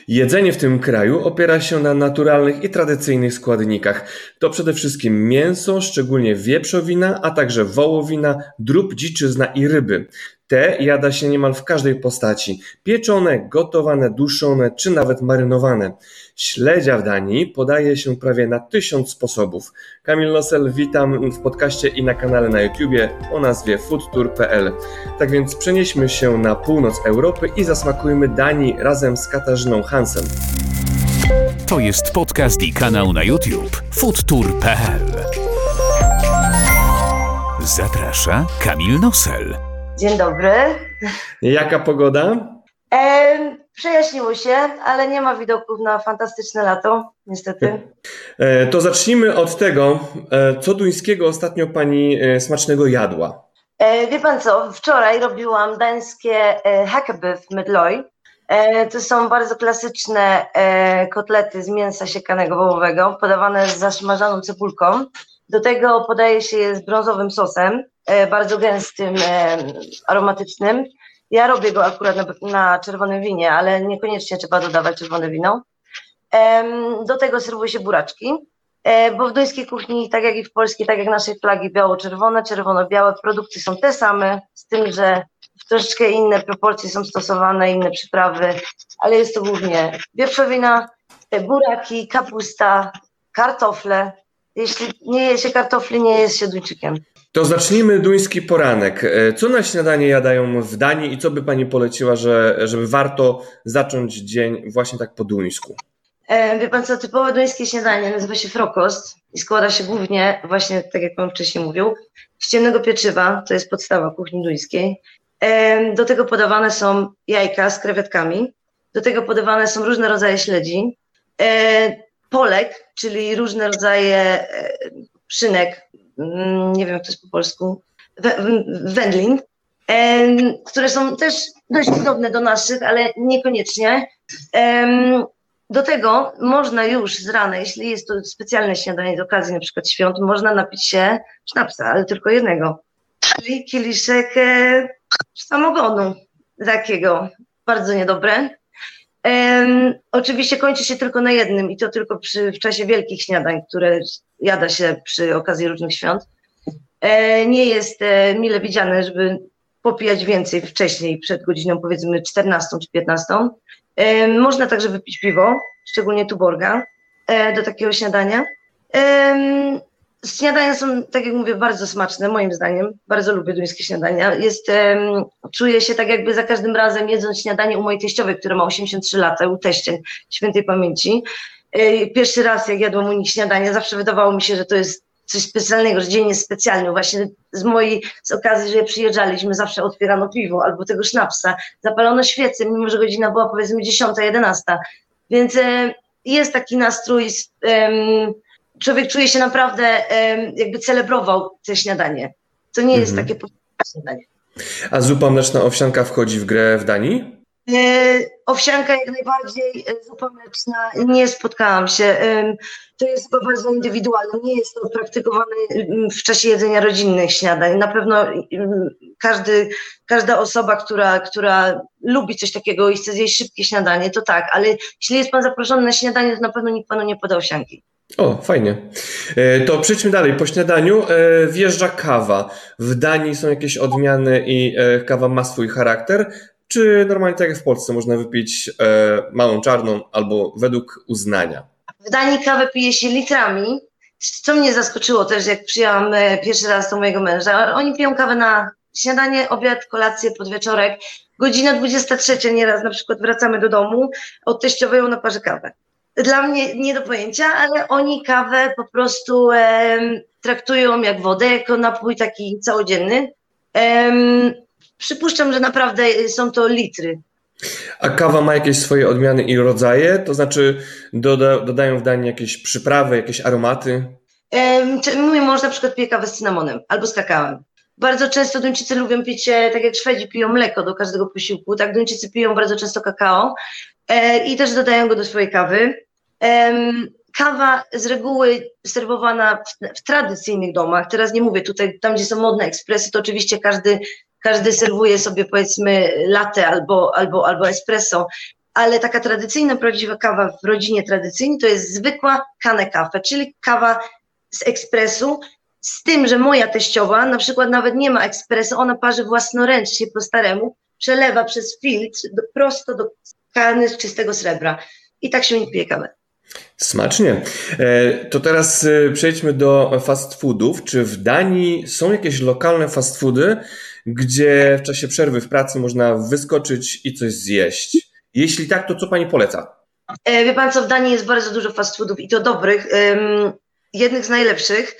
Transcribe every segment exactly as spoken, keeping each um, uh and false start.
Jedzenie w tym kraju opiera się na naturalnych i tradycyjnych składnikach. To przede wszystkim mięso, szczególnie wieprzowina, a także wołowina, drób, dziczyzna i ryby. Te jada się niemal w każdej postaci. Pieczone, gotowane, duszone czy nawet marynowane. Śledzia w Danii podaje się prawie na tysiąc sposobów. Kamil Nosel, witam w podcaście i na kanale na YouTubie o nazwie foodtour kropka p l. Tak więc przenieśmy się na północ Europy i zasmakujmy Danii razem z Katarzyną Hansen. To jest podcast i kanał na YouTube foodtour kropka p l. Zaprasza Kamil Nosel. Dzień dobry. Jaka pogoda? E, przejaśniło się, ale nie ma widoków na fantastyczne lato, niestety. E, to zacznijmy od tego, e, co duńskiego ostatnio pani e, smacznego jadła. E, wie pan co, wczoraj robiłam dańskie e, hakkebøf med løg. E, to są bardzo klasyczne e, kotlety z mięsa siekanego wołowego, podawane z zasmażaną cebulką. Do tego podaje się je z brązowym sosem, e, bardzo gęstym, e, aromatycznym. Ja robię go akurat na, na czerwonym winie, ale niekoniecznie trzeba dodawać czerwone wino. E, do tego serwuje się buraczki, e, bo w duńskiej kuchni, tak jak i w polskiej, tak jak naszej flagi, biało-czerwone, czerwono-białe produkty są te same, z tym, że w troszeczkę inne proporcje są stosowane, inne przyprawy, ale jest to głównie wieprzowina, buraki, kapusta, kartofle. Jeśli nie je się kartofli, nie jest się Duńczykiem. To zacznijmy duński poranek. Co na śniadanie jadają w Danii i co by pani poleciła, że, żeby warto zacząć dzień właśnie tak po duńsku? E, wie pan co, typowe duńskie śniadanie nazywa się frokost i składa się głównie, właśnie tak jak pan wcześniej mówił, z ciemnego pieczywa, to jest podstawa kuchni duńskiej. E, do tego podawane są jajka z krewetkami, do tego podawane są różne rodzaje śledzi, e, polek, czyli różne rodzaje e, szynek, nie wiem jak to jest po polsku, wędlin, które są też dość podobne do naszych, ale niekoniecznie. Do tego można już z rana, jeśli jest to specjalne śniadanie z okazji na przykład świąt, można napić się sznapsa, ale tylko jednego, czyli kieliszek samogonu takiego, bardzo niedobre. Um, oczywiście kończy się tylko na jednym i to tylko przy, w czasie wielkich śniadań, które jada się przy okazji różnych świąt. E, nie jest e, mile widziane, żeby popijać więcej wcześniej, przed godziną powiedzmy czternastą czy piętnastą. E, można także wypić piwo, szczególnie Tuborga, e, do takiego śniadania. E, Śniadania są, tak jak mówię, bardzo smaczne, moim zdaniem. Bardzo lubię duńskie śniadania. Jest, um, czuję się tak jakby za każdym razem jedząc śniadanie u mojej teściowej, która ma osiemdziesiąt trzy lata, u teścień świętej pamięci. Yy, pierwszy raz jak jadłam u nich śniadanie, zawsze wydawało mi się, że to jest coś specjalnego, że dzień jest specjalny. Właśnie z mojej, z okazji, że przyjeżdżaliśmy, zawsze otwierano piwo albo tego sznapsa. Zapalono świece, mimo że godzina była powiedzmy dziesiąta, jedenasta. Więc yy, jest taki nastrój... Yy, Człowiek czuje się naprawdę, jakby celebrował te śniadanie. To nie jest mm-hmm. takie śniadanie. A zupa mleczna owsianka wchodzi w grę w Danii? E, owsianka jak najbardziej, zupa mleczna nie spotkałam się. E, to jest chyba bardzo indywidualne. Nie jest to praktykowane w czasie jedzenia rodzinnych śniadań. Na pewno każdy, każda osoba, która, która lubi coś takiego i chce zjeść szybkie śniadanie, to tak. Ale jeśli jest pan zaproszony na śniadanie, to na pewno nikt panu nie poda owsianki. O, fajnie. To przejdźmy dalej. Po śniadaniu wjeżdża kawa. W Danii są jakieś odmiany i kawa ma swój charakter? Czy normalnie tak jak w Polsce można wypić małą czarną albo według uznania? W Danii kawę pije się litrami, co mnie zaskoczyło też, jak przyjęłam pierwszy raz do mojego męża. Oni piją kawę na śniadanie, obiad, kolację, podwieczorek. Godzina dwudziesta trzecia nieraz na przykład wracamy do domu, od teściowej ona parzy kawę. Dla mnie nie do pojęcia, ale oni kawę po prostu e, traktują jak wodę, jako napój taki całodzienny. E, przypuszczam, że naprawdę są to litry. A kawa ma jakieś swoje odmiany i rodzaje? To znaczy doda, dodają w Danii jakieś przyprawy, jakieś aromaty? E, mój mąż na przykład pije kawę z cynamonem albo z kakałem. Bardzo często Duńczycy lubią pić, tak jak Szwedzi piją mleko do każdego posiłku, tak Duńczycy piją bardzo często kakao. I też dodają go do swojej kawy. Kawa z reguły serwowana w, w tradycyjnych domach, teraz nie mówię tutaj, tam gdzie są modne ekspresy, to oczywiście każdy, każdy serwuje sobie powiedzmy latte albo, albo, albo espresso. ale taka tradycyjna, prawdziwa kawa w rodzinie tradycyjnej to jest zwykła Cane Cafe, czyli kawa z ekspresu, z tym, że moja teściowa na przykład nawet nie ma ekspresu, ona parzy własnoręcznie po staremu, przelewa przez filtr do, prosto do kany z czystego srebra i tak się nie pije kawę. Smacznie. To teraz przejdźmy do fast foodów. Czy w Danii są jakieś lokalne fast foody, gdzie w czasie przerwy w pracy można wyskoczyć i coś zjeść? Jeśli tak, to co pani poleca? Wie pan co, w Danii jest bardzo dużo fast foodów i to dobrych, jednych z najlepszych.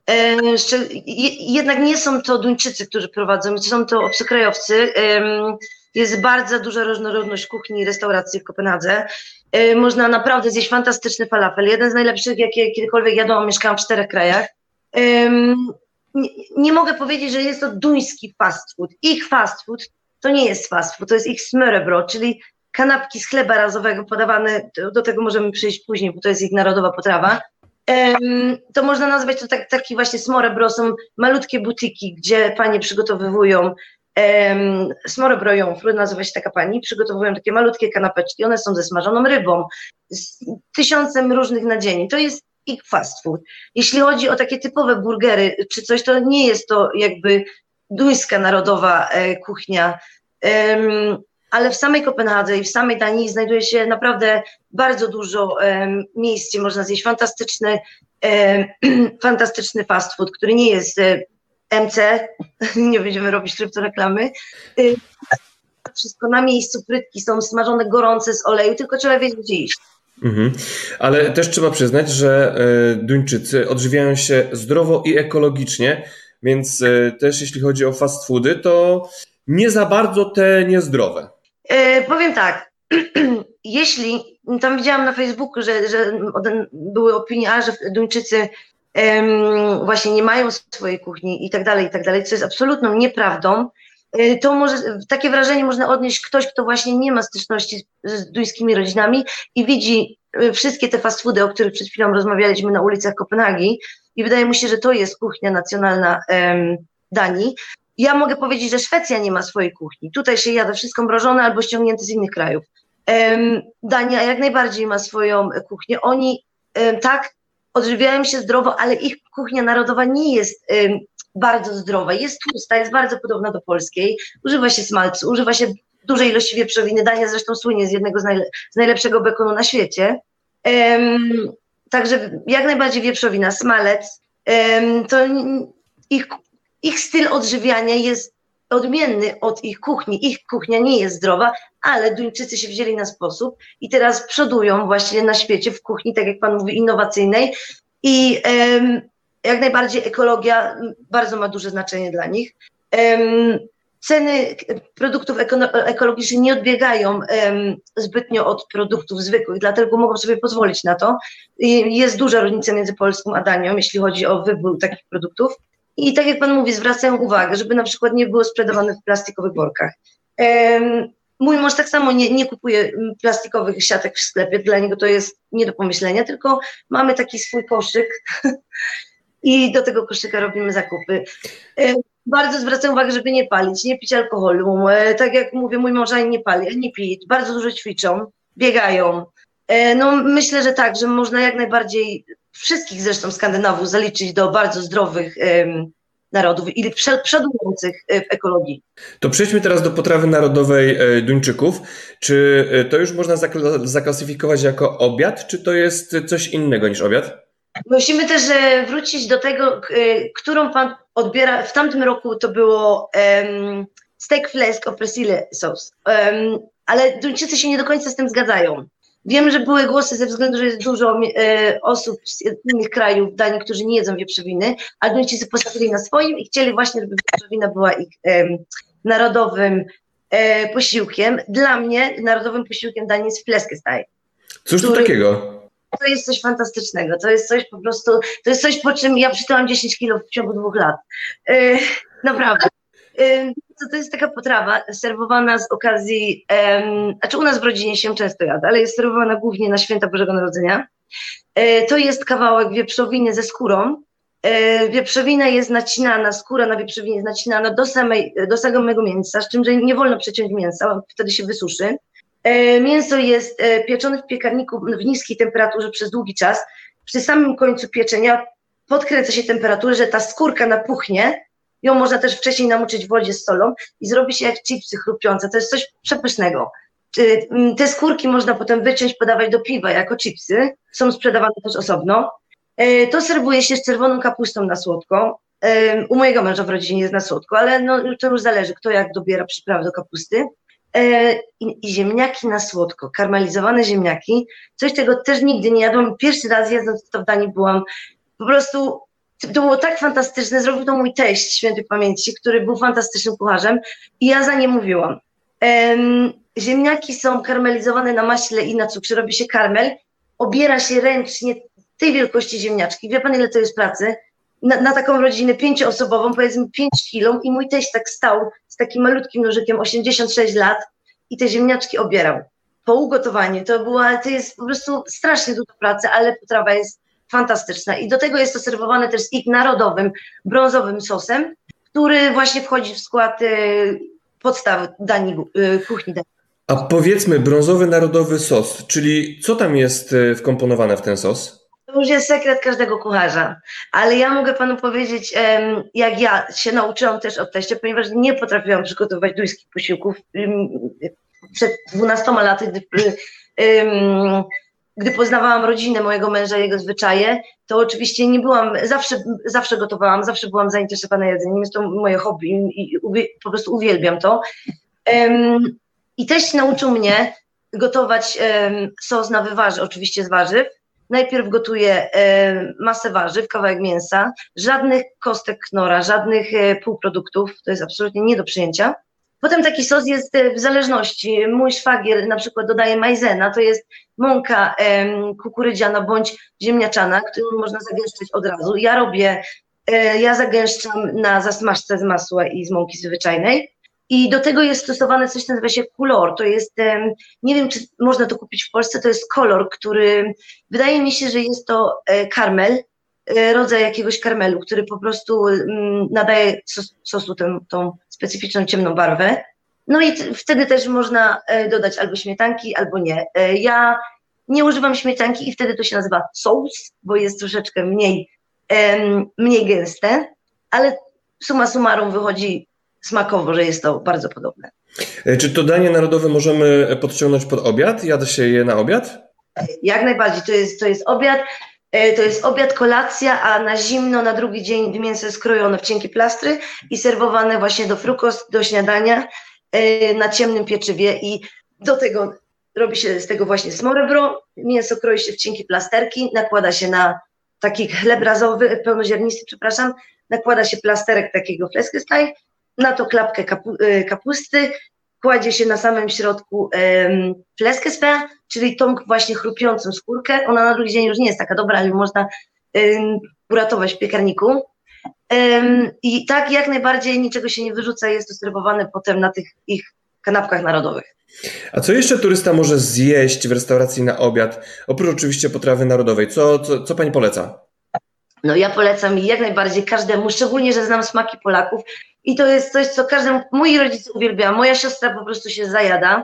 Jednak nie są to Duńczycy, którzy prowadzą, są to obcokrajowcy. Jest bardzo duża różnorodność kuchni i restauracji w Kopenhadze. Można naprawdę zjeść fantastyczny falafel. Jeden z najlepszych, jakie kiedykolwiek jadłam, mieszkałam w czterech krajach. Nie, nie mogę powiedzieć, że jest to duński fast food. Ich fast food to nie jest fast food, to jest ich smørrebrød, czyli kanapki z chleba razowego podawane, do tego możemy przyjść później, bo to jest ich narodowa potrawa. To można nazwać to tak, taki właśnie smørrebrød, są malutkie butiki, gdzie panie przygotowywują Um, smørrebrød, nazywa się taka pani, przygotowują takie malutkie kanapeczki, one są ze smażoną rybą, z tysiącem różnych nadzieni. To jest ich fast food. Jeśli chodzi o takie typowe burgery czy coś, to nie jest to jakby duńska narodowa e, kuchnia, um, ale w samej Kopenhadze i w samej Danii znajduje się naprawdę bardzo dużo um, miejsc, gdzie można zjeść fantastyczny, um, fantastyczny fast food, który nie jest e, M C, nie będziemy robić kryptoreklamy. Wszystko na miejscu, frytki są smażone gorące z oleju, tylko trzeba wiedzieć, gdzie iść. Mhm. Ale też trzeba przyznać, że Duńczycy odżywiają się zdrowo i ekologicznie, więc też jeśli chodzi o fast foody, to nie za bardzo te niezdrowe. E, powiem tak, jeśli, tam widziałam na Facebooku, że, że były opinie, a że Duńczycy Um, właśnie nie mają swojej kuchni i tak dalej, i tak dalej, co jest absolutną nieprawdą, to może, takie wrażenie można odnieść ktoś, kto właśnie nie ma styczności z, z duńskimi rodzinami i widzi wszystkie te fast foody, o których przed chwilą rozmawialiśmy na ulicach Kopenhagi i wydaje mu się, że to jest kuchnia nacjonalna um, Danii. Ja mogę powiedzieć, że Szwecja nie ma swojej kuchni. Tutaj się jada wszystko mrożone albo ściągnięte z innych krajów. Um, Dania jak najbardziej ma swoją kuchnię. Oni um, tak odżywiają się zdrowo, ale ich kuchnia narodowa nie jest um, bardzo zdrowa. Jest tłusta, jest bardzo podobna do polskiej. Używa się smalcu, używa się dużej ilości wieprzowiny. Dania zresztą słynie z jednego z, najle z najlepszego bekonu na świecie. Um, także jak najbardziej wieprzowina, smalec. Um, to ich, ich styl odżywiania jest odmienny od ich kuchni. Ich kuchnia nie jest zdrowa, ale Duńczycy się wzięli na sposób i teraz przodują właśnie na świecie w kuchni, tak jak pan mówi, innowacyjnej i um, jak najbardziej ekologia bardzo ma duże znaczenie dla nich. Um, ceny produktów eko ekologicznych nie odbiegają um, zbytnio od produktów zwykłych, dlatego mogą sobie pozwolić na to. I jest duża różnica między Polską a Danią, jeśli chodzi o wybór takich produktów. I tak jak pan mówi, zwracają uwagę, żeby na przykład nie było sprzedawane w plastikowych workach. Um, mój mąż tak samo nie, nie kupuje plastikowych siatek w sklepie, dla niego to jest nie do pomyślenia, tylko mamy taki swój koszyk i do tego koszyka robimy zakupy. Um, bardzo zwracam uwagę, żeby nie palić, nie pić alkoholu. Um, tak jak mówię, mój mąż ani nie pali, ani nie pije, bardzo dużo ćwiczą, biegają. Um, no myślę, że tak, że można jak najbardziej wszystkich zresztą Skandynawów zaliczyć do bardzo zdrowych um, narodów i przodujących w ekologii. To przejdźmy teraz do potrawy narodowej Duńczyków. Czy to już można zaklasyfikować jako obiad, czy to jest coś innego niż obiad? Musimy też wrócić do tego, którą pan odbiera. W tamtym roku to było um, steak fläsk och persillesås, um, ale Duńczycy się nie do końca z tym zgadzają. Wiem, że były głosy ze względu, że jest dużo e, osób z innych krajów w Danii, którzy nie jedzą wieprzowiny, a Duńczycy postawili na swoim i chcieli właśnie, żeby wieprzowina była ich e, narodowym e, posiłkiem. Dla mnie narodowym posiłkiem Danii jest flæskesteg. Cóż to takiego? To jest coś fantastycznego, to jest coś po prostu, to jest coś, po czym ja przytyłam dziesięć kilo w ciągu dwóch lat. E, naprawdę. E, To jest taka potrawa serwowana z okazji, um, znaczy u nas w rodzinie się często jada, ale jest serwowana głównie na święta Bożego Narodzenia. E, to jest kawałek wieprzowiny ze skórą. E, wieprzowina jest nacinana, skóra na wieprzowinie jest nacinana do, samej, do samego mięsa, z czym, że nie wolno przeciąć mięsa, wtedy się wysuszy. Mięso jest pieczone w piekarniku w niskiej temperaturze przez długi czas. Przy samym końcu pieczenia podkręca się temperaturę, że ta skórka napuchnie. Ją można też wcześniej namoczyć w wodzie z solą i zrobi się jak chipsy chrupiące. To jest coś przepysznego. Te skórki można potem wyciąć, podawać do piwa jako chipsy. Są sprzedawane też osobno. To serwuje się z czerwoną kapustą na słodko. U mojego męża w rodzinie jest na słodko, ale no, to już zależy, kto jak dobiera przyprawy do kapusty. I, I ziemniaki na słodko, karmelizowane ziemniaki. Coś, czego też nigdy nie jadłam. Pierwszy raz jedząc to w Danii byłam po prostu... To było tak fantastyczne, zrobił to mój teść świętej pamięci, który był fantastycznym kucharzem i ja za nie mówiłam. Um, ziemniaki są karmelizowane na maśle i na cukrze, robi się karmel, obiera się ręcznie tej wielkości ziemniaczki. Wie pan, ile to jest pracy? Na, na taką rodzinę pięcioosobową, powiedzmy pięć kilo i mój teść tak stał z takim malutkim nożykiem, osiemdziesiąt sześć lat i te ziemniaczki obierał. Po ugotowaniu to była, to jest po prostu strasznie dużo pracy, ale potrawa jest fantastyczna. I do tego jest to serwowane też z ich narodowym, brązowym sosem, który właśnie wchodzi w skład y, podstaw dani, y, kuchni danii. A powiedzmy, brązowy narodowy sos, czyli co tam jest wkomponowane w ten sos? To już jest sekret każdego kucharza, ale ja mogę panu powiedzieć, um, jak ja się nauczyłam też od teścia, ponieważ nie potrafiłam przygotowywać duńskich posiłków um, przed dwunastoma laty, gdy um, Gdy poznawałam rodzinę mojego męża, jego zwyczaje, to oczywiście nie byłam, zawsze, zawsze gotowałam, zawsze byłam zainteresowana jedzeniem, jest to moje hobby i po prostu uwielbiam to. Um, I teść nauczył mnie gotować um, sos na wywarze, oczywiście z warzyw. Najpierw gotuję um, masę warzyw, kawałek mięsa, żadnych kostek knora, żadnych um, półproduktów, to jest absolutnie nie do przyjęcia. Potem taki sos jest w zależności. Mój szwagier na przykład dodaje majzena, to jest mąka em, kukurydziana bądź ziemniaczana, którą można zagęszczać od razu. Ja robię, e, ja zagęszczam na zasmażce z masła i z mąki zwyczajnej i do tego jest stosowane coś, co nazywa się kulor. To jest, em, nie wiem, czy można to kupić w Polsce, to jest kolor, który, wydaje mi się, że jest to e, karmel, e, rodzaj jakiegoś karmelu, który po prostu m, nadaje sos, sosu tę, tą specyficzną ciemną barwę. No i t- wtedy też można e, dodać albo śmietanki, albo nie. E, ja nie używam śmietanki i wtedy to się nazywa sos, bo jest troszeczkę mniej, e, mniej gęste, ale summa summarum wychodzi smakowo, że jest to bardzo podobne. E, czy to danie narodowe możemy podciągnąć pod obiad? Jada się je na obiad? E, jak najbardziej, to jest, to jest obiad. To jest obiad, kolacja, a na zimno na drugi dzień mięso jest krojone w cienkie plastry i serwowane właśnie do frukost, do śniadania na ciemnym pieczywie i do tego robi się z tego właśnie smorebro, mięso kroi się w cienkie plasterki, nakłada się na taki chleb razowy, pełnoziernisty, przepraszam, nakłada się plasterek takiego fläskesteg, na to klapkę kapu, kapusty, kładzie się na samym środku um, fläskespear, czyli tą właśnie chrupiącą skórkę. Ona na drugi dzień już nie jest taka dobra, ale można um, uratować w piekarniku. Um, I tak jak najbardziej niczego się nie wyrzuca, jest to serwowane potem na tych ich kanapkach narodowych. A co jeszcze turysta może zjeść w restauracji na obiad, oprócz oczywiście potrawy narodowej? Co, co, co pani poleca? No ja polecam jak najbardziej każdemu, szczególnie, że znam smaki Polaków i to jest coś, co każdemu, moi rodzice uwielbiają, moja siostra po prostu się zajada,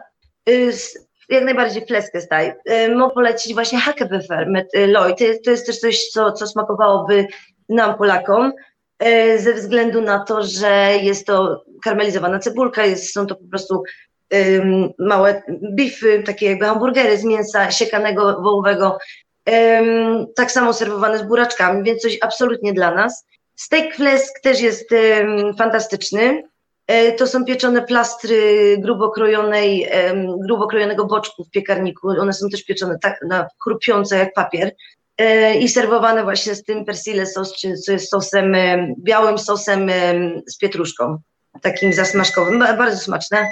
jak najbardziej fläskesteg. Mogę polecić właśnie hakkebeffer met löj, to jest też coś, co, co smakowałoby nam Polakom, ze względu na to, że jest to karmelizowana cebulka, jest, są to po prostu um, małe bify, takie jakby hamburgery z mięsa siekanego wołowego, um, tak samo serwowane z buraczkami, więc coś absolutnie dla nas. Steak fläsk też jest um, fantastyczny. E, to są pieczone plastry grubo krojonej, um, grubo krojonego boczku w piekarniku. One są też pieczone tak na chrupiące jak papier. I serwowane właśnie z tym persille sos, czy z sosem, białym sosem z pietruszką, takim zasmażkowym, bardzo smaczne.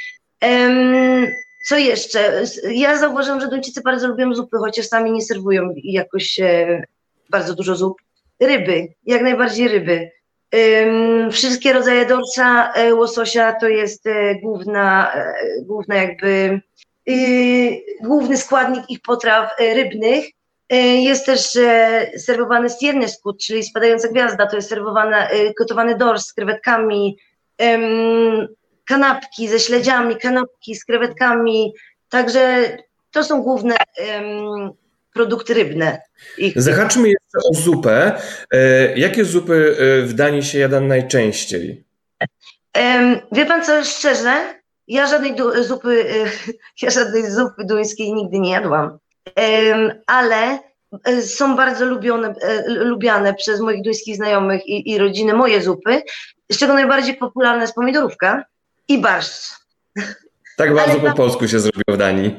Co jeszcze? Ja zauważyłam, że Duńczycy bardzo lubią zupy, chociaż sami nie serwują jakoś bardzo dużo zup. Ryby, jak najbardziej ryby. Wszystkie rodzaje dorsza, łososia to jest główna, główna jakby, główny składnik ich potraw rybnych. Jest też e, serwowany stjerneskut, czyli spadająca gwiazda, to jest serwowana, e, gotowany dorsz z krewetkami, e, kanapki ze śledziami, kanapki z krewetkami, Także to są główne um, produkty rybne. Ich... Zahaczmy jeszcze o zupę. E, jakie zupy w Danii się jada najczęściej? Um, wie pan co, szczerze, ja żadnej du- zupy, ja żadnej zupy duńskiej nigdy nie jadłam, um, ale są bardzo lubione, lubiane przez moich duńskich znajomych i, i rodziny moje zupy, z czego najbardziej popularna jest pomidorówka i barszcz. Tak bardzo ale po polsku się zrobiło w Danii.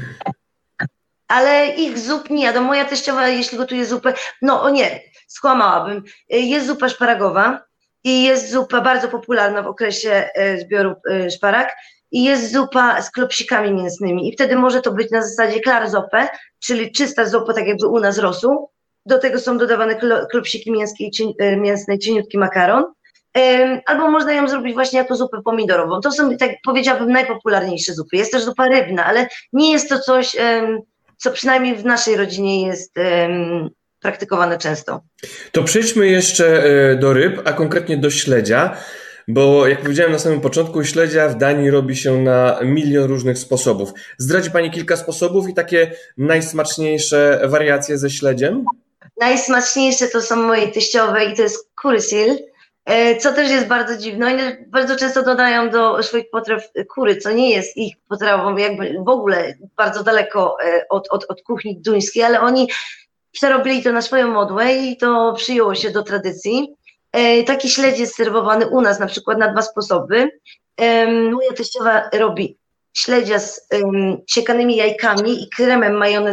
Ale ich zup nie jadą. Moja teściowa, jeśli gotuje zupę, no o nie, skłamałabym. Jest zupa szparagowa i jest zupa bardzo popularna w okresie zbioru szparag i jest zupa z klopsikami mięsnymi i wtedy może to być na zasadzie klar-zupę, czyli czysta zupa, tak jakby u nas rosół. Do tego są dodawane klopsiki mięsne i cieniutki makaron. Albo można ją zrobić właśnie jako zupę pomidorową. To są, tak powiedziałabym, najpopularniejsze zupy. Jest też zupa rybna, ale nie jest to coś, co przynajmniej w naszej rodzinie jest praktykowane często. To przejdźmy jeszcze do ryb, a konkretnie do śledzia, bo jak powiedziałem na samym początku, śledzia w Danii robi się na milion różnych sposobów. Zdradzi Pani kilka sposobów i takie najsmaczniejsze wariacje ze śledziem? Najsmaczniejsze to są moje teściowe i to jest kurysil, co też jest bardzo dziwne. Oni bardzo często dodają do swoich potraw kury, co nie jest ich potrawą jakby w ogóle bardzo daleko od, od, od kuchni duńskiej, ale oni przerobili to na swoją modłę i to przyjęło się do tradycji. Taki śledź jest serwowany u nas na przykład na dwa sposoby. Moja teściowa robi śledzia z siekanymi jajkami i kremem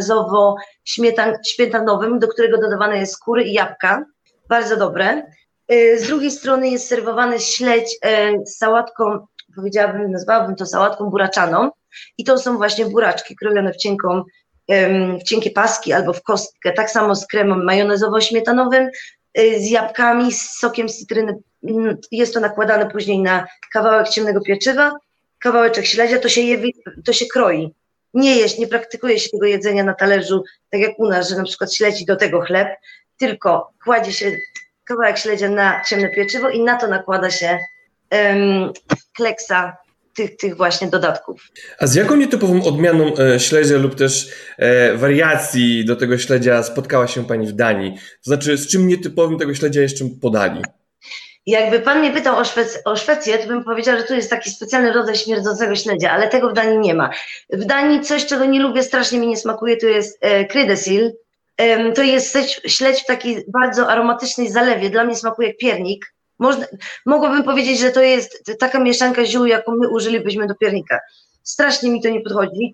majonezowo-śmietanowym, do którego dodawane jest skóry i jabłka. Bardzo dobre. Z drugiej strony jest serwowany śledź z sałatką, powiedziałabym, nazwałabym to sałatką buraczaną i to są właśnie buraczki krojone w, cienką, w cienkie paski albo w kostkę, tak samo z kremem majonezowo-śmietanowym, z jabłkami, z sokiem z cytryny. Jest to nakładane później na kawałek ciemnego pieczywa, kawałeczek śledzia, to się, je, to się kroi. Nie jest, nie praktykuje się tego jedzenia na talerzu, tak jak u nas, że na przykład śledzi do tego chleb, tylko kładzie się kawałek śledzia na ciemne pieczywo i na to nakłada się um, kleksa tych, tych właśnie dodatków. A z jaką nietypową odmianą e, śledzia lub też e, wariacji do tego śledzia spotkała się Pani w Danii? To znaczy, z czym nietypowym tego śledzia jeszcze podali? Jakby Pan mnie pytał o, Szwec- o Szwecję, to bym powiedziała, że tu jest taki specjalny rodzaj śmierdzącego śledzia, ale tego w Danii nie ma. W Danii coś, czego nie lubię, strasznie mi nie smakuje, to jest e, krydesil. To jest śledź w takiej bardzo aromatycznej zalewie. Dla mnie smakuje jak piernik. Można, mogłabym powiedzieć, że to jest taka mieszanka ziół, jaką my użylibyśmy do piernika. Strasznie mi to nie podchodzi.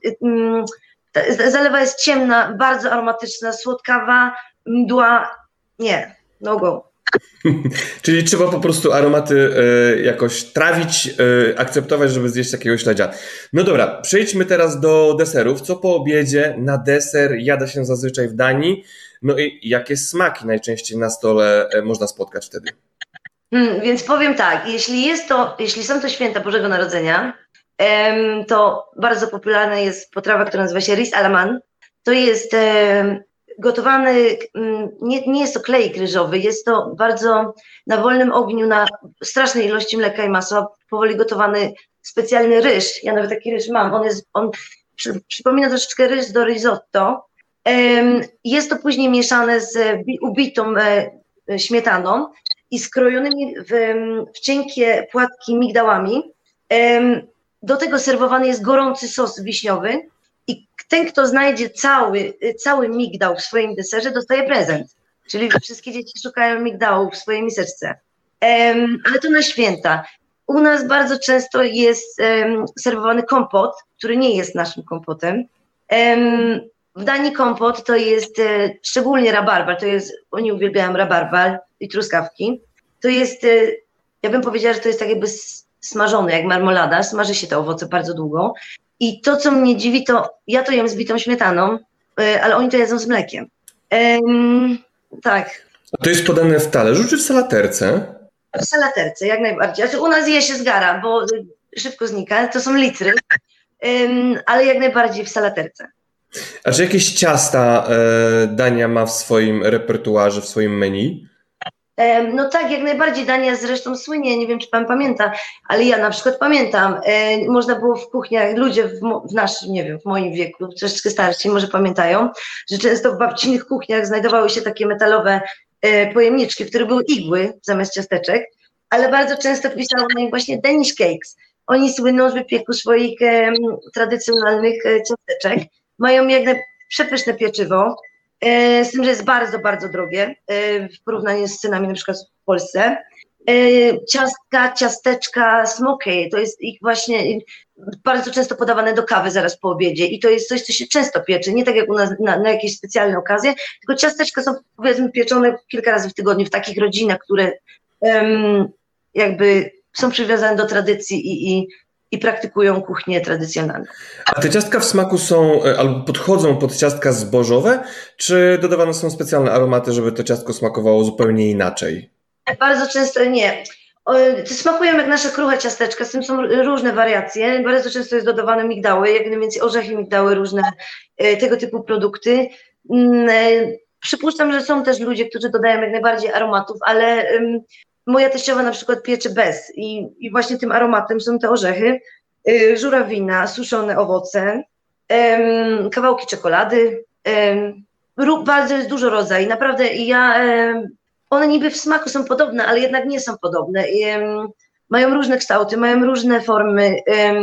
Ta zalewa jest ciemna, bardzo aromatyczna, słodkawa, mdła. Nie, no go. Czyli trzeba po prostu aromaty y, jakoś trawić, y, akceptować, żeby zjeść takiego śledzia. No dobra, przejdźmy teraz do deserów. Co po obiedzie na deser jada się zazwyczaj w Danii? No i jakie smaki najczęściej na stole y, można spotkać wtedy? Hmm, więc powiem tak, jeśli jest to, jeśli są to święta Bożego Narodzenia, em, to bardzo popularna jest potrawa, która nazywa się ris à la man. To jest em, gotowany, nie, nie jest to klejek ryżowy, jest to bardzo na wolnym ogniu, na strasznej ilości mleka i masła, powoli gotowany specjalny ryż. Ja nawet taki ryż mam, on jest, on przy, przypomina troszeczkę ryż do risotto. Um, jest to później mieszane z ubitą e, śmietaną i skrojonymi w, w cienkie płatki migdałami. Um, do tego serwowany jest gorący sos wiśniowy. I ten, kto znajdzie cały, cały migdał w swoim deserze, dostaje prezent. Czyli wszystkie dzieci szukają migdałów w swojej miseczce. Um, ale to na święta. U nas bardzo często jest um, serwowany kompot, który nie jest naszym kompotem. Um, w Danii kompot to jest e, szczególnie rabarbar, to jest, oni uwielbiają rabarbar i truskawki. To jest, e, ja bym powiedziała, że to jest tak jakby smażone, jak marmolada, smaży się te owoce bardzo długo. I to, co mnie dziwi, to ja to jem z bitą śmietaną, ale oni to jedzą z mlekiem. Ehm, tak. A to jest podane w talerzu czy w salaterce? W salaterce, jak najbardziej. Znaczy, u nas je się zgara, bo szybko znika, to są litry, um, ale jak najbardziej w salaterce. A czy jakieś ciasta e, Dania ma w swoim repertuarze, w swoim menu? No tak, jak najbardziej. Dania zresztą słynie, nie wiem, czy pan pamięta, ale ja na przykład pamiętam, można było w kuchniach, ludzie w, w naszym, nie wiem, w moim wieku, troszeczkę starsi może pamiętają, że często w babcinych kuchniach znajdowały się takie metalowe pojemniczki, w których były igły zamiast ciasteczek, ale bardzo często pisało na nich właśnie Danish cakes. Oni słyną z wypieku swoich e, tradycjonalnych e, ciasteczek, mają jak naj... przepyszne pieczywo, z tym, że jest bardzo, bardzo drogie w porównaniu z cenami na przykład w Polsce. Ciastka, ciasteczka, smoky, to jest ich właśnie bardzo często podawane do kawy zaraz po obiedzie i to jest coś, co się często piecze, nie tak jak u nas na, na jakieś specjalne okazje, tylko ciasteczka są powiedzmy pieczone kilka razy w tygodniu w takich rodzinach, które um, jakby są przywiązane do tradycji i, i i praktykują kuchnię tradycjonalną. A te ciastka w smaku są albo podchodzą pod ciastka zbożowe, czy dodawane są specjalne aromaty, żeby to ciastko smakowało zupełnie inaczej? Bardzo często nie. To smakują jak nasze kruche ciasteczka, z tym są różne wariacje. Bardzo często jest dodawane migdały, jak najwięcej orzechy, migdały, różne tego typu produkty. Przypuszczam, że są też ludzie, którzy dodają jak najbardziej aromatów, ale moja teściowa na przykład piecze bez i, i właśnie tym aromatem są te orzechy, y, żurawina, suszone owoce, ym, kawałki czekolady, ym, bardzo jest dużo rodzajów, naprawdę ja, ym, one niby w smaku są podobne, ale jednak nie są podobne, ym, mają różne kształty, mają różne formy,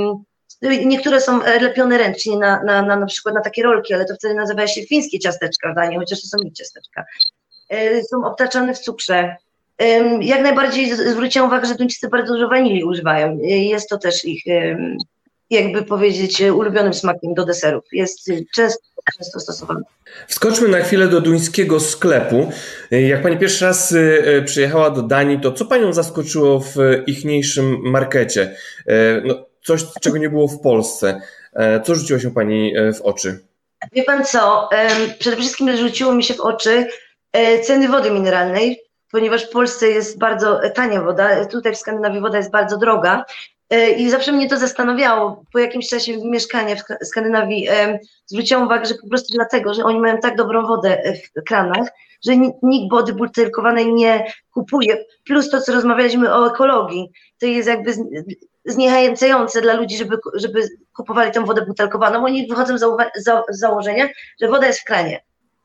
ym, niektóre są lepione ręcznie na, na, na, na przykład na takie rolki, ale to wtedy nazywa się fińskie ciasteczka w Danii, chociaż to są ich ciasteczka, y, są obtaczane w cukrze. Jak najbardziej zwróciłam uwagę, że Duńczycy bardzo dużo wanilii używają. Jest to też ich, jakby powiedzieć, ulubionym smakiem do deserów. Jest często, często stosowany. Wskoczmy na chwilę do duńskiego sklepu. Jak pani pierwszy raz przyjechała do Danii, to co panią zaskoczyło w ichniejszym markecie? No, coś, czego nie było w Polsce. Co rzuciło się pani w oczy? Wie pan co? Przede wszystkim rzuciło mi się w oczy ceny wody mineralnej, ponieważ w Polsce jest bardzo tania woda, tutaj w Skandynawii woda jest bardzo droga i zawsze mnie to zastanawiało. Po jakimś czasie mieszkania w Skandynawii zwróciłam uwagę, że po prostu dlatego, że oni mają tak dobrą wodę w kranach, że nikt wody butelkowanej nie kupuje. Plus to, co rozmawialiśmy o ekologii, to jest jakby zniechęcające dla ludzi, żeby, żeby kupowali tą wodę butelkowaną. Oni wychodzą z za, za, założenia, że woda jest w kranie.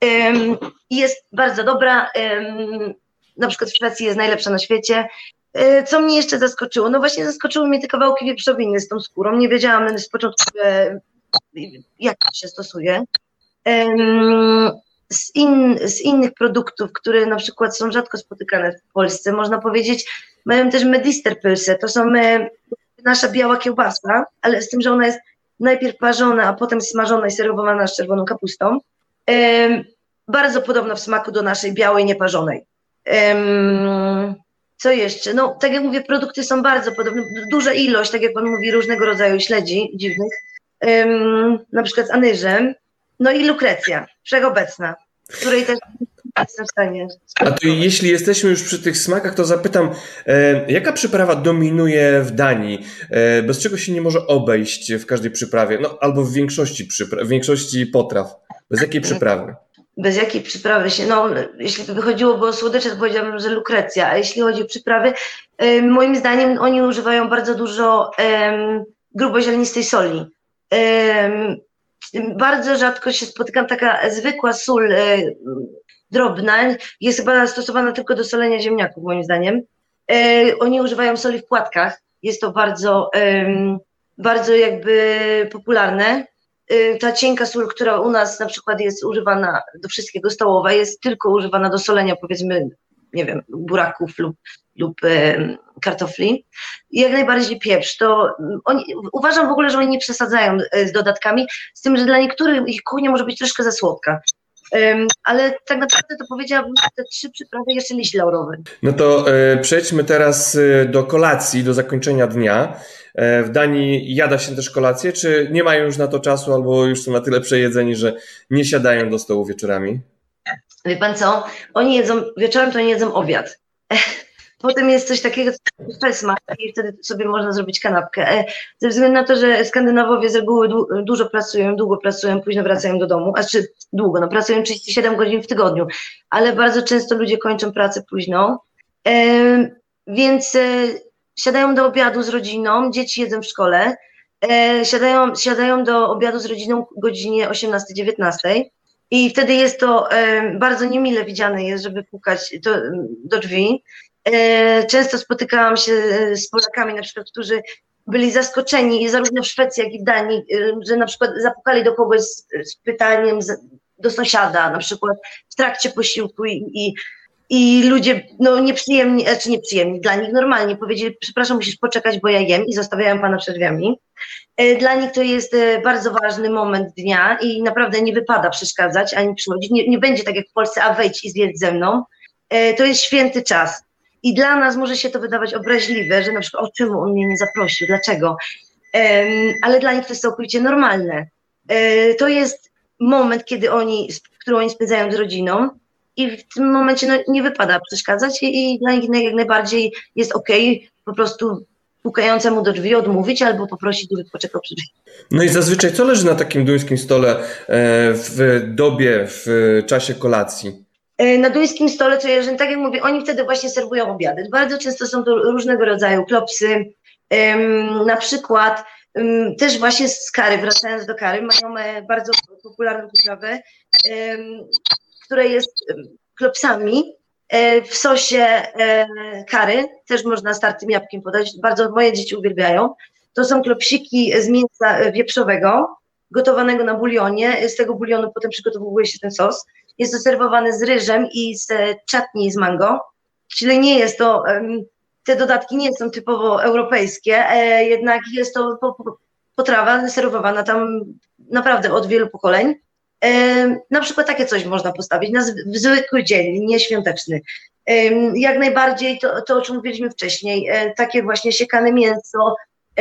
I jest bardzo dobra. Na przykład w Szwecji jest najlepsza na świecie. Co mnie jeszcze zaskoczyło? No właśnie zaskoczyły mnie te kawałki wieprzowiny z tą skórą. Nie wiedziałam z początku, jak to się stosuje. Z, in, z innych produktów, które na przykład są rzadko spotykane w Polsce, można powiedzieć, mają też medisterpølse. To są nasza biała kiełbasa, ale z tym, że ona jest najpierw parzona, a potem smażona i serwowana z czerwoną kapustą. Bardzo podobna w smaku do naszej białej, nieparzonej. Um, co jeszcze? No, tak jak mówię, produkty są bardzo podobne. Duża ilość, tak jak pan mówi, różnego rodzaju śledzi dziwnych, um, na przykład z anyżem. No i lukrecja, wszechobecna, której też nie jestem w stanie. A to jeśli jesteśmy już przy tych smakach, to zapytam, e, jaka przyprawa dominuje w Danii? E, bez czego się nie może obejść w każdej przyprawie? No, albo w większości, przypra- w większości potraw. Bez jakiej przyprawy? Bez jakiej przyprawy się, no jeśli by chodziłoby o słodycze, to powiedziałabym, że lukrecja, a jeśli chodzi o przyprawy, y, moim zdaniem oni używają bardzo dużo y, gruboziarnistej soli. Y, bardzo rzadko się spotykam, taka zwykła sól y, drobna, jest chyba stosowana tylko do solenia ziemniaków, moim zdaniem. Y, oni używają soli w płatkach, jest to bardzo, y, bardzo jakby popularne. Ta cienka sól, która u nas na przykład jest używana do wszystkiego stołowa, jest tylko używana do solenia, powiedzmy, nie wiem, buraków lub, lub e, kartofli. I jak najbardziej pieprz. To oni, uważam w ogóle, że oni nie przesadzają z dodatkami, z tym, że dla niektórych ich kuchnia może być troszkę za słodka. Um, ale tak naprawdę to powiedziałabym, że te trzy przyprawy jeszcze liść laurowy. No to e, przejdźmy teraz do kolacji, do zakończenia dnia. E, w Danii jada się też kolację, czy nie mają już na to czasu, albo już są na tyle przejedzeni, że nie siadają do stołu wieczorami? Wie pan co? Oni jedzą, wieczorem to nie jedzą obiad. Potem jest coś takiego, co jest smak i wtedy sobie można zrobić kanapkę. Ze względu na to, że Skandynawowie z reguły dużo pracują, długo pracują, późno wracają do domu, a czy długo, no pracują trzydzieści siedem godzin w tygodniu, ale bardzo często ludzie kończą pracę późno Więc siadają do obiadu z rodziną, dzieci jedzą w szkole, siadają, siadają do obiadu z rodziną o godzinie osiemnastej dziewiętnastej i wtedy jest to bardzo niemile widziane jest, żeby pukać do, do drzwi. Często spotykałam się z Polakami na przykład, którzy byli zaskoczeni zarówno w Szwecji, jak i w Danii, że na przykład zapukali do kogoś z, z pytaniem z, do sąsiada, na przykład w trakcie posiłku i, i, i ludzie no nieprzyjemni, znaczy nieprzyjemni, dla nich normalnie powiedzieli, przepraszam, musisz poczekać, bo ja jem i zostawiają pana przed drzwiami. Dla nich to jest bardzo ważny moment dnia i naprawdę nie wypada przeszkadzać ani przychodzić. Nie, nie będzie tak jak w Polsce, a wejdź i zjedz ze mną. To jest święty czas. I dla nas może się to wydawać obraźliwe, że na przykład o czemu on mnie nie zaprosił, dlaczego? Um, ale dla nich to jest całkowicie normalne. E, to jest moment, kiedy oni, który oni spędzają z rodziną i w tym momencie no, nie wypada przeszkadzać i, i dla nich jak najbardziej jest okej okay, po prostu pukającemu do drzwi odmówić albo poprosić, żeby poczekał przy drzwi. No i zazwyczaj co leży na takim duńskim stole w dobie, w czasie kolacji? Na duńskim stole, to jeżeli, tak jak mówię, oni wtedy właśnie serwują obiady. Bardzo często są to różnego rodzaju klopsy, um, na przykład um, też właśnie z curry, wracając do curry, mają bardzo popularną potrawę, um, która jest klopsami um, w sosie um, curry, też można z tartym jabłkiem podać, bardzo moje dzieci uwielbiają. To są klopsiki z mięsa wieprzowego, gotowanego na bulionie, z tego bulionu potem przygotowuje się ten sos. Jest to serwowane z ryżem i z chutney z mango, czyli nie jest to, te dodatki nie są typowo europejskie, jednak jest to potrawa serwowana tam naprawdę od wielu pokoleń. Na przykład takie coś można postawić na zwykły dzień, nie świąteczny. Jak najbardziej to, to o czym mówiliśmy wcześniej, takie właśnie siekane mięso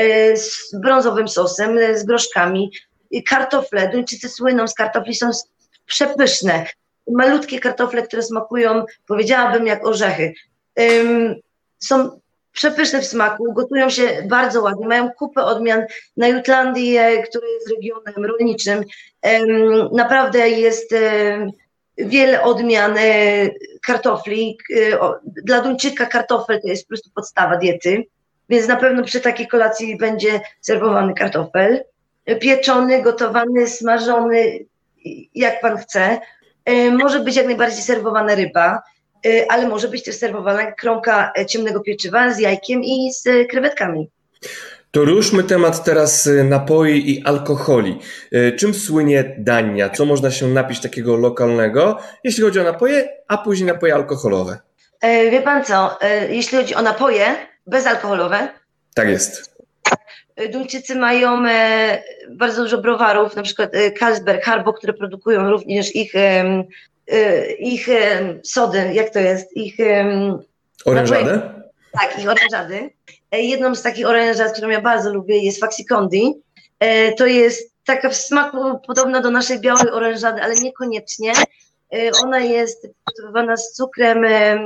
z brązowym sosem, z groszkami, kartofle, Duńczycy słyną z kartofli, są przepyszne. Malutkie kartofle, które smakują, powiedziałabym, jak orzechy. Um, są przepyszne w smaku, gotują się bardzo ładnie, mają kupę odmian. Na Jutlandii, który jest regionem rolniczym, um, naprawdę jest um, wiele odmian um, kartofli. Um, dla Duńczyka kartofel to jest po prostu podstawa diety, więc na pewno przy takiej kolacji będzie serwowany kartofel. Pieczony, gotowany, smażony, jak pan chce. Może być jak najbardziej serwowana ryba, ale może być też serwowana kromka ciemnego pieczywa z jajkiem i z krewetkami. To ruszmy temat teraz napoi i alkoholi. Czym słynie Dania? Co można się napić takiego lokalnego, jeśli chodzi o napoje, a później napoje alkoholowe? Wie pan co, jeśli chodzi o napoje bezalkoholowe? Tak jest. Duńczycy mają e, bardzo dużo browarów, na przykład e, Carlsberg, Harbo, które produkują również ich, e, e, ich e, sody, jak to jest? Ich e, orężadę? Tak, ich orężady. E, jedną z takich orężad, którą ja bardzo lubię, jest Faxi Condi. E, to jest taka w smaku podobna do naszej białej orężady, ale niekoniecznie. E, ona jest przygotowywana z cukrem, e,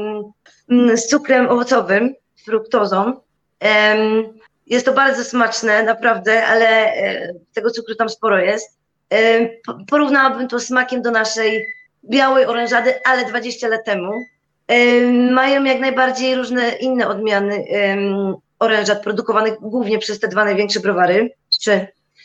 z cukrem owocowym, fruktozą. E, Jest to bardzo smaczne, naprawdę, ale tego cukru tam sporo jest. Porównałabym to smakiem do naszej białej orężady, ale dwadzieścia lat temu. Mają jak najbardziej różne inne odmiany orężad produkowanych głównie przez te dwa największe browary. Trzy.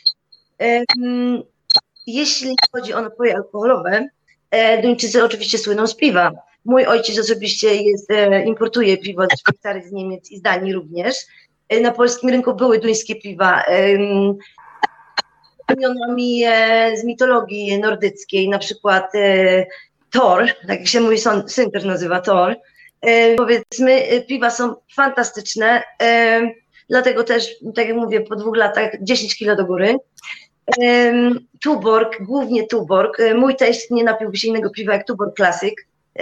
Jeśli chodzi o napoje alkoholowe, Duńczycy oczywiście słyną z piwa. Mój ojciec osobiście jest, importuje piwo z Szwajcarii, z Niemiec i z Danii również. Na polskim rynku były duńskie piwa imionami z mitologii nordyckiej, na przykład Thor, tak jak się mój syn, syn też nazywa Thor. Powiedzmy, piwa są fantastyczne, dlatego też, tak jak mówię, po dwóch latach dziesięć kilo do góry. Tuborg, głównie Tuborg. Mój teść nie napiłby się innego piwa jak Tuborg Classic.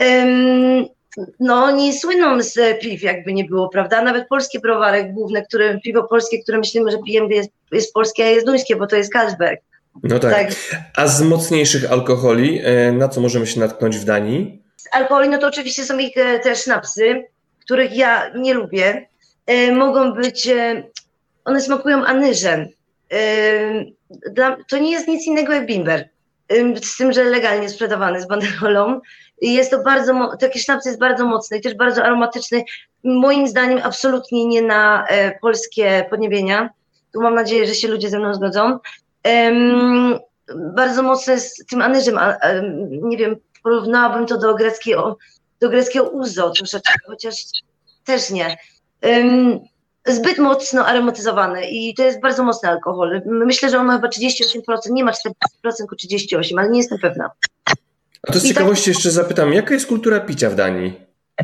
No oni słyną z piw, jakby nie było, prawda? Nawet polskie browary główne, które, piwo polskie, które myślimy, że pijemy, jest, jest polskie, a jest duńskie, bo to jest Carlsberg. No tak. tak. A z mocniejszych alkoholi, na co możemy się natknąć w Danii? Z alkoholi, no to oczywiście są ich też sznapsy, których ja nie lubię. Mogą być, one smakują anyżem. To nie jest nic innego jak bimber. z tym, że legalnie sprzedawany z banderolą. Jest to bardzo, taki sznaps jest bardzo mocny i też bardzo aromatyczny. Moim zdaniem absolutnie nie na e, polskie podniebienia. Tu mam nadzieję, że się ludzie ze mną zgodzą. Um, bardzo mocny z tym anyżem, a, a, nie wiem, porównałabym to do greckiego, do greckiego ouzo troszeczkę, chociaż też nie. Um, zbyt mocno aromatyzowany i to jest bardzo mocny alkohol. Myślę, że on ma chyba trzydzieści osiem procent, nie ma czterdzieści procent, tylko trzydzieści osiem procent, ale nie jestem pewna. A to z ciekawości tak... jeszcze zapytam, jaka jest kultura picia w Danii?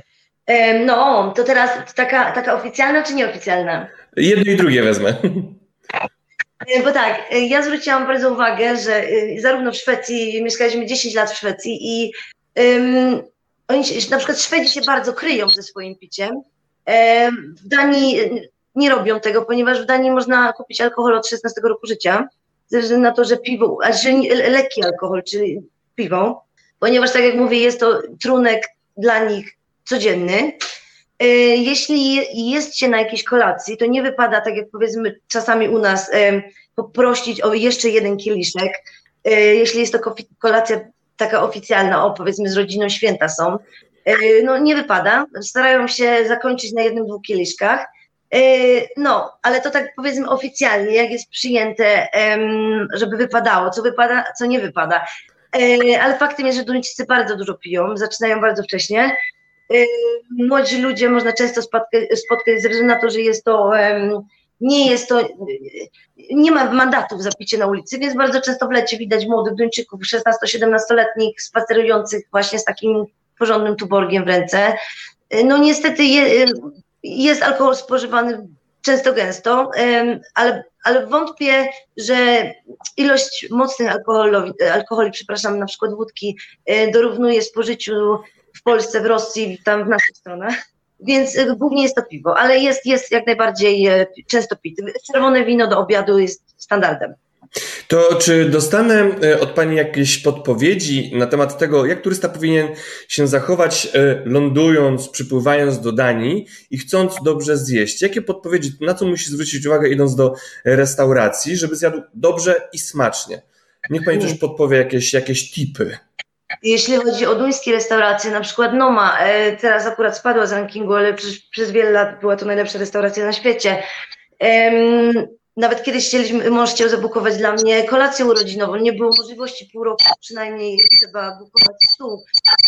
No, to teraz taka, taka oficjalna czy nieoficjalna? Jedno i drugie wezmę. Bo tak, ja zwróciłam bardzo uwagę, że zarówno w Szwecji, mieszkaliśmy dziesięć lat w Szwecji i um, oni się, na przykład Szwedzi się bardzo kryją ze swoim piciem. Um, w Danii nie robią tego, ponieważ w Danii można kupić alkohol od szesnastego roku życia, ze względu na to, że piwo, a że lekki alkohol, czyli piwo, ponieważ tak jak mówię, jest to trunek dla nich codzienny. Jeśli jest się na jakiejś kolacji, to nie wypada, tak jak powiedzmy czasami u nas, poprosić o jeszcze jeden kieliszek. Jeśli jest to kolacja taka oficjalna, o powiedzmy z rodziną święta są, no nie wypada. Starają się zakończyć na jednym, dwóch kieliszkach. No, ale to tak powiedzmy oficjalnie, jak jest przyjęte, żeby wypadało, co wypada, co nie wypada. Ale faktem jest, że Duńczycy bardzo dużo piją, zaczynają bardzo wcześnie. Młodzi ludzie można często spotkać, spotkać ze względu na to, że jest to, nie jest to, nie ma mandatów za picie na ulicy, więc bardzo często w lecie widać młodych Duńczyków, szesnasto-siedemnastoletnich spacerujących właśnie z takim porządnym tuborgiem w ręce. No niestety je, jest alkohol spożywany często gęsto, ale, ale wątpię, że ilość mocnych alkoholi, alkoholi, przepraszam, na przykład wódki, dorównuje spożyciu w Polsce, w Rosji, tam w naszych stronach, więc głównie jest to piwo, ale jest, jest jak najbardziej często pity. Czerwone wino do obiadu jest standardem. To czy dostanę od Pani jakieś podpowiedzi na temat tego, jak turysta powinien się zachować, lądując, przypływając do Danii i chcąc dobrze zjeść? Jakie podpowiedzi, na co musi zwrócić uwagę, idąc do restauracji, żeby zjadł dobrze i smacznie? Niech Pani też podpowie jakieś, jakieś tipy. Jeśli chodzi o duńskie restauracje, na przykład Noma, teraz akurat spadła z rankingu, ale przez, przez wiele lat była to najlepsza restauracja na świecie. Nawet kiedyś chcieliśmy, mąż chciał zabukować dla mnie kolację urodzinową, nie było możliwości, pół roku przynajmniej trzeba bukować stół.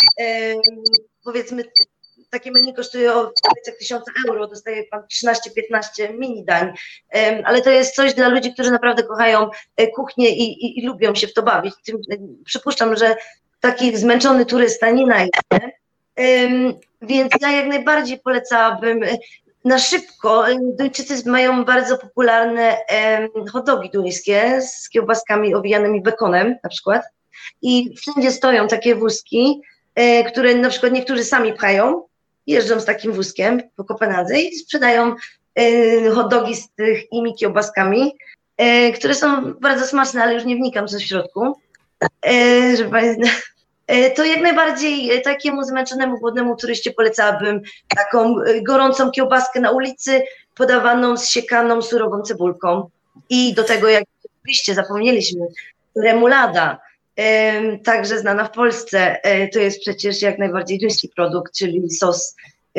Powiedzmy, takie menu kosztuje o tysiąc euro, dostaje pan trzynaście piętnaście mini dań, ale to jest coś dla ludzi, którzy naprawdę kochają kuchnię i, i, i lubią się w to bawić. Tym, przypuszczam, że taki zmęczony turysta nie najdzie, więc ja jak najbardziej polecałabym na szybko. Duńczycy mają bardzo popularne hot dogi duńskie z kiełbaskami owijanymi bekonem na przykład i wszędzie stoją takie wózki, które na przykład niektórzy sami pchają, jeżdżą z takim wózkiem po Kopenhadze i sprzedają hot dogi z tymi kiełbaskami, które są bardzo smaczne, ale już nie wnikam co w środku. Żeby to jak najbardziej takiemu zmęczonemu, głodnemu turyście polecałabym taką gorącą kiełbaskę na ulicy, podawaną z siekaną, surową cebulką. I do tego, jak oczywiście zapomnieliśmy, remulada, także znana w Polsce, to jest przecież jak najbardziej duński produkt, czyli sos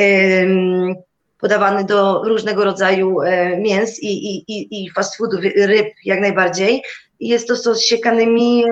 podawany do różnego rodzaju mięs i, i, i, i fast foodów, ryb jak najbardziej. Jest to sos z siekanymi,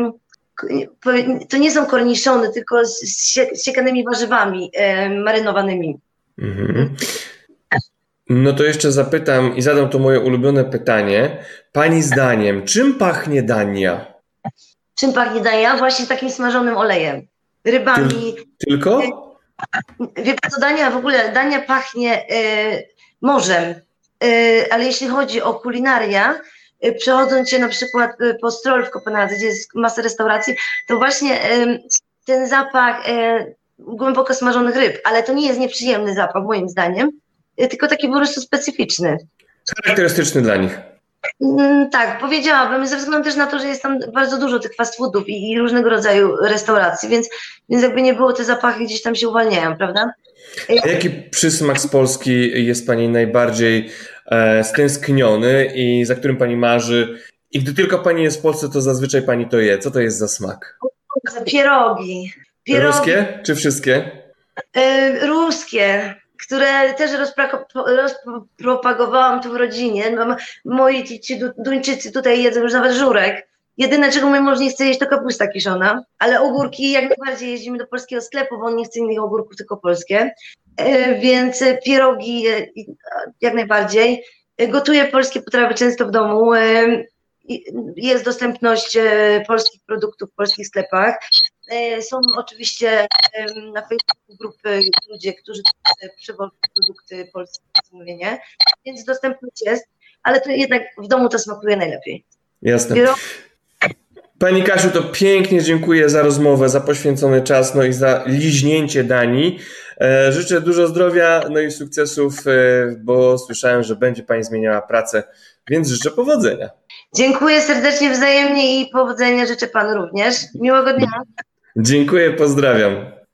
to nie są korniszony, tylko z siekanymi warzywami marynowanymi. Mhm. No to jeszcze zapytam i zadam to moje ulubione pytanie. Pani zdaniem, czym pachnie Dania? Czym pachnie Dania? Właśnie takim smażonym olejem. Rybami. Tyl- tylko? Wie pan co, Dania w ogóle, Dania pachnie y, morzem, y, ale jeśli chodzi o kulinaria, y, przechodząc się na przykład y, po Stroll w Kopenhadze, gdzie jest masa restauracji, to właśnie y, ten zapach y, głęboko smażonych ryb, ale to nie jest nieprzyjemny zapach moim zdaniem, y, tylko taki po prostu specyficzny. Charakterystyczny dla nich. Mm, tak, powiedziałabym, ze względu też na to, że jest tam bardzo dużo tych fast foodów i, i różnego rodzaju restauracji, więc, więc jakby nie było, te zapachy gdzieś tam się uwalniają, prawda? A jaki przysmak z Polski jest Pani najbardziej e, stęskniony i za którym Pani marzy I gdy tylko pani jest w Polsce, to zazwyczaj pani to je. Co to jest za smak? Pierogi. Pierogi. Ruskie czy wszystkie? Yy, ruskie, które też rozpropagowałam tu w rodzinie. No, moi ci, ci Duńczycy tutaj jedzą już nawet żurek. Jedyne, czego mój mąż nie chce jeść, to kapusta kiszona, ale ogórki jak najbardziej jeździmy do polskiego sklepu, bo on nie chce innych ogórków, tylko polskie. Yy, więc pierogi yy, jak najbardziej. Yy, gotuję polskie potrawy często w domu. Yy, jest dostępność yy, polskich produktów w polskich sklepach. Są oczywiście na Facebooku grupy ludzie, którzy przywożą produkty polskie na zamówienie, więc dostępność jest, ale to jednak w domu to smakuje najlepiej. Jasne. Pani Kasiu, to pięknie dziękuję za rozmowę, za poświęcony czas, no i za liźnięcie Danii. Życzę dużo zdrowia, no i sukcesów, bo słyszałem, że będzie pani zmieniała pracę, więc życzę powodzenia. Dziękuję serdecznie, wzajemnie i powodzenia życzę panu również. Miłego dnia. Dziękuję, pozdrawiam.